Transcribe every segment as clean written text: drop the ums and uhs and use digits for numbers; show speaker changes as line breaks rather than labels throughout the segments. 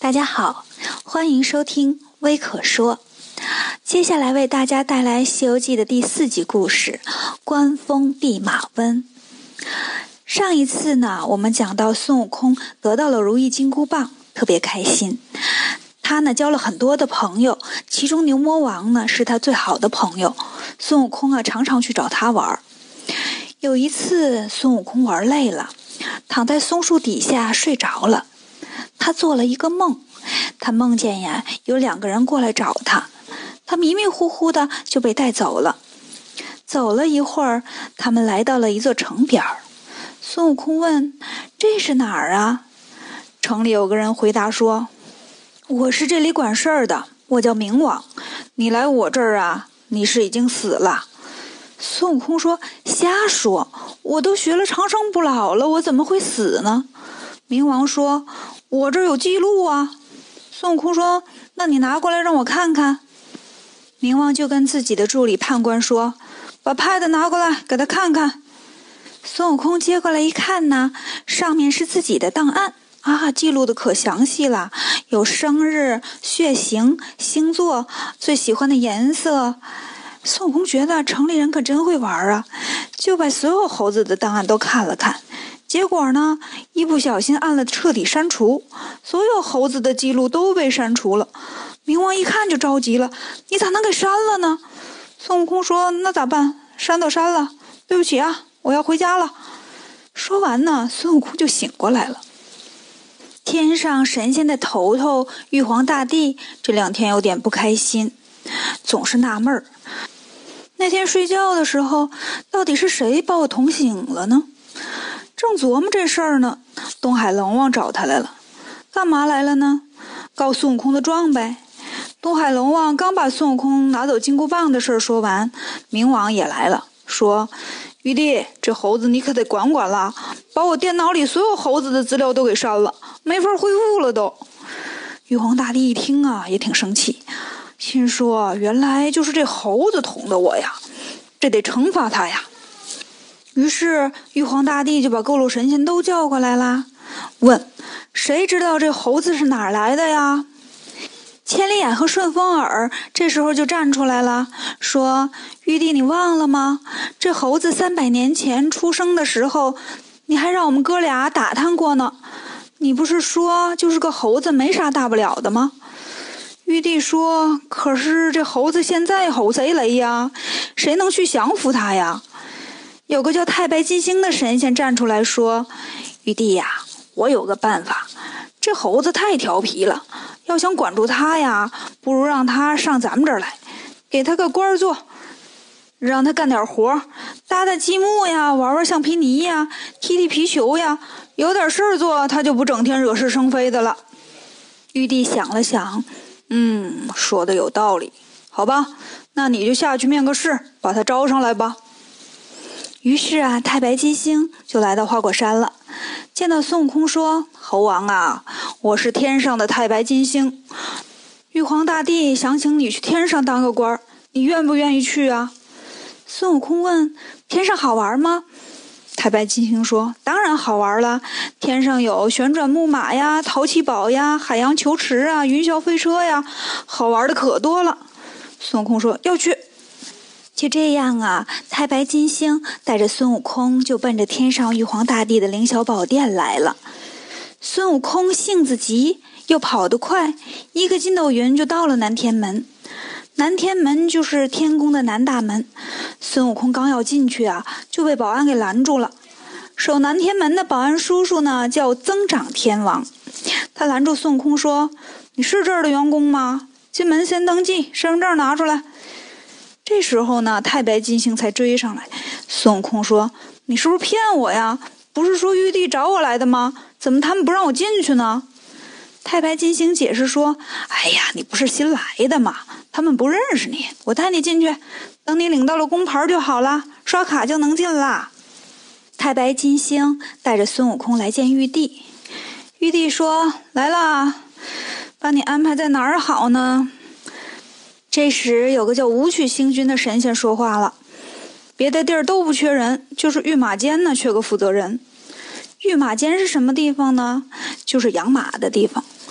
大家好，欢迎收听微可说。接下来为大家带来《西游记》的第4集故事——官封弼马温。上一次呢，我们讲到孙悟空得到了如意金箍棒，特别开心。他呢交了很多的朋友，其中牛魔王呢是他最好的朋友。孙悟空常常去找他玩。有一次，孙悟空玩累了，躺在松树底下睡着了。他做了一个梦，他梦见有2个人过来找他，他迷迷糊糊的就被带走了。走了一会儿，他们来到了一座城边儿。孙悟空问：“这是哪儿啊？”城里有个人回答说：“我是这里管事儿的，我叫明王。你来我这儿你是已经死了。”孙悟空说：“瞎说，我都学了长生不老了，我怎么会死呢？”明王说：“我这儿有记录啊。”孙悟空说：“那你拿过来让我看看。”明王就跟自己的助理判官说：“把pad拿过来给他看看。”孙悟空接过来一看呢，上面是自己的档案记录的可详细了，有生日、血型、星座、最喜欢的颜色。孙悟空觉得城里人可真会玩就把所有猴子的档案都看了看。结果呢，一不小心按了彻底删除，所有猴子的记录都被删除了。明王一看就着急了：“你咋能给删了呢？”孙悟空说：“那咋办？删都删了，对不起我要回家了。”说完呢，孙悟空就醒过来了。天上神仙的头头玉皇大帝这2天有点不开心，总是纳闷儿，那天睡觉的时候到底是谁把我捅醒了呢？正琢磨这事儿呢，东海龙王找他来了。干嘛来了呢？告孙悟空的状呗。东海龙王刚把孙悟空拿走金箍棒的事儿说完，明王也来了，说：“玉帝，这猴子你可得管管了，把我电脑里所有猴子的资料都给删了，没法恢复了都。”玉皇大帝一听也挺生气，心说原来就是这猴子捅的我呀，这得惩罚他呀。于是玉皇大帝就把各路神仙都叫过来啦，问：“谁知道这猴子是哪儿来的呀？”千里眼和顺风耳这时候就站出来了，说：“玉帝，你忘了吗？这猴子300年前出生的时候，你还让我们哥俩打探过呢。你不是说就是个猴子没啥大不了的吗？”玉帝说：“可是这猴子现在吼贼雷呀，谁能去降服他呀？”有个叫太白金星的神仙站出来说：“玉帝呀，我有个办法，这猴子太调皮了，要想管住他不如让他上咱们这儿来，给他个官做，让他干点活，搭搭积木玩玩橡皮泥踢踢皮球有点事儿做，他就不整天惹是生非的了。”玉帝想了想，说的有道理，好吧，那你就下去面个试，把他招上来吧。于是太白金星就来到花果山了，见到孙悟空说：“猴王我是天上的太白金星，玉皇大帝想请你去天上当个官，你愿不愿意去啊？”孙悟空问：“天上好玩吗？”太白金星说：“当然好玩了，天上有旋转木马淘气堡海洋球池云霄飞车好玩的可多了。”孙悟空说：“要去。”就这样太白金星带着孙悟空就奔着天上玉皇大帝的凌霄宝殿来了。孙悟空性子急又跑得快，1个筋斗云就到了南天门。南天门就是天宫的南大门，孙悟空刚要进去就被保安给拦住了。守南天门的保安叔叔呢叫增长天王，他拦住孙悟空说：“你是这儿的员工吗？进门先登记，身份证拿出来。”这时候呢，太白金星才追上来。孙悟空说：“你是不是骗我呀？不是说玉帝找我来的吗？怎么他们不让我进去呢？”太白金星解释说：“哎呀，你不是新来的吗？他们不认识你，我带你进去，等你领到了工牌就好了，刷卡就能进啦。”太白金星带着孙悟空来见玉帝。玉帝说：“来啦，把你安排在哪儿好呢？”这时有个叫武曲星君的神仙说话了：“别的地儿都不缺人，就是御马监呢缺个负责人。”御马监是什么地方呢？就是养马的地方。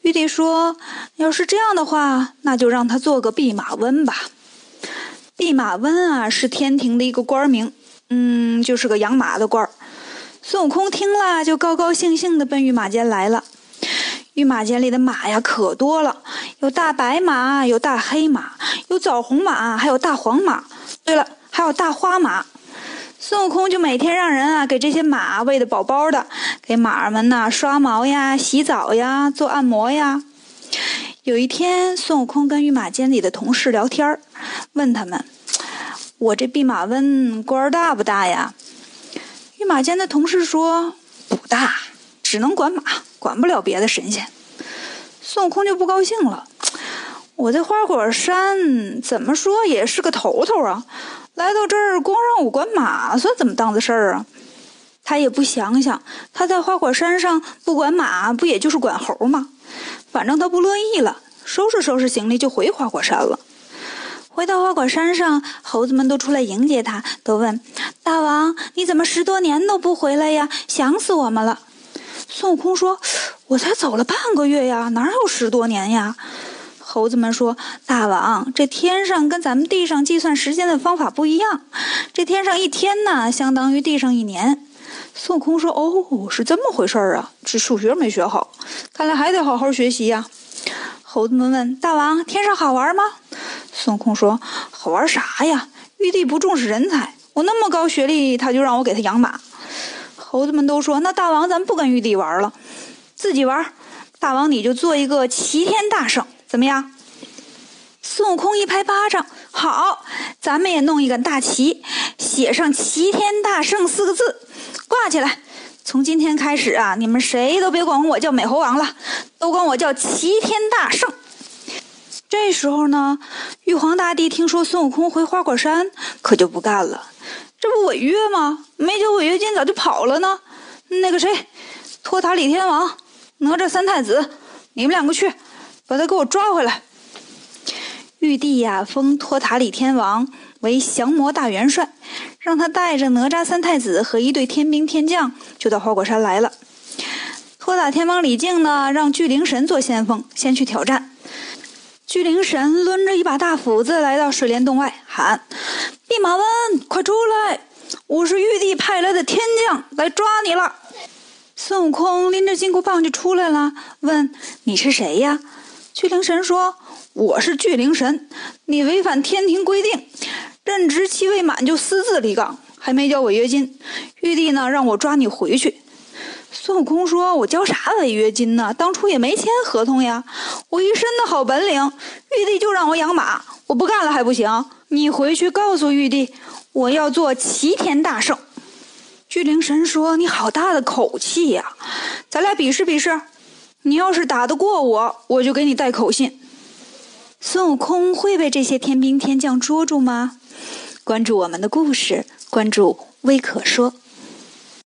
玉帝说，要是这样的话，那就让他做个弼马温吧。弼马温啊，是天庭的一个官名，就是个养马的官。孙悟空听了，就高高兴兴地奔御马监来了。御马监里的马呀可多了，有大白马，有大黑马，有枣红马，还有大黄马，对了，还有大花马。孙悟空就每天让人给这些马喂得饱饱的，给马儿们刷毛呀、洗澡呀、做按摩呀。有一天，孙悟空跟御马监里的同事聊天，问他们：“我这弼马温官大不大呀？”御马监的同事说：“不大，只能管马，管不了别的神仙。”孙悟空就不高兴了：“我在花果山怎么说也是个头头啊，来到这儿光让我管马算怎么当的事儿啊？”他也不想想，他在花果山上不管马，不也就是管猴吗？反正他不乐意了，收拾收拾行李就回花果山了。回到花果山上，猴子们都出来迎接他，都问：“大王，你怎么10多年都不回来呀？想死我们了。”孙悟空说：“我才走了半个月呀，哪有10多年呀？”猴子们说：“大王，这天上跟咱们地上计算时间的方法不一样，这天上1天呢，相当于地上1年。”孙悟空说：“哦，是这么回事啊，这数学没学好，看来还得好好学习呀。”猴子们问：“大王，天上好玩吗？”孙悟空说：“好玩啥呀？玉帝不重视人才，我那么高学历，他就让我给他养马。”猴子们都说：“那大王，咱不跟玉帝玩了，自己玩。大王，你就做一个齐天大圣，怎么样？”孙悟空一拍巴掌：“好，咱们也弄一个大旗，写上齐天大圣4个字，挂起来。从今天开始你们谁都别管我叫美猴王了，都管我叫齐天大圣。”这时候呢，玉皇大帝听说孙悟空回花果山，可就不干了。这不违约吗？没交违约金咋就跑了呢？那个谁，托塔李天王、哪吒3太子，你们2个去，把他给我抓回来。玉帝封托塔李天王为降魔大元帅，让他带着哪吒3太子和一队天兵天将就到花果山来了。托塔天王李靖呢，让巨灵神做先锋，先去挑战。巨灵神抡着一把大斧子来到水帘洞外，喊：“弼马温，快出来！我是玉帝派来的天将，来抓你了。”孙悟空拎着金箍棒就出来了，问：“你是谁呀？”巨灵神说：“我是巨灵神，你违反天庭规定，任职期未满就私自离岗，还没交违约金，玉帝呢让我抓你回去。”孙悟空说：“我交啥违约金呢？当初也没签合同呀，我一身的好本领，玉帝就让我养马，我不干了还不行？你回去告诉玉帝，我要做齐天大圣。”巨灵神说：“你好大的口气呀，咱俩比试比试，你要是打得过我，我就给你带口信。”孙悟空会被这些天兵天将捉住吗？关注我们的故事，关注微可说。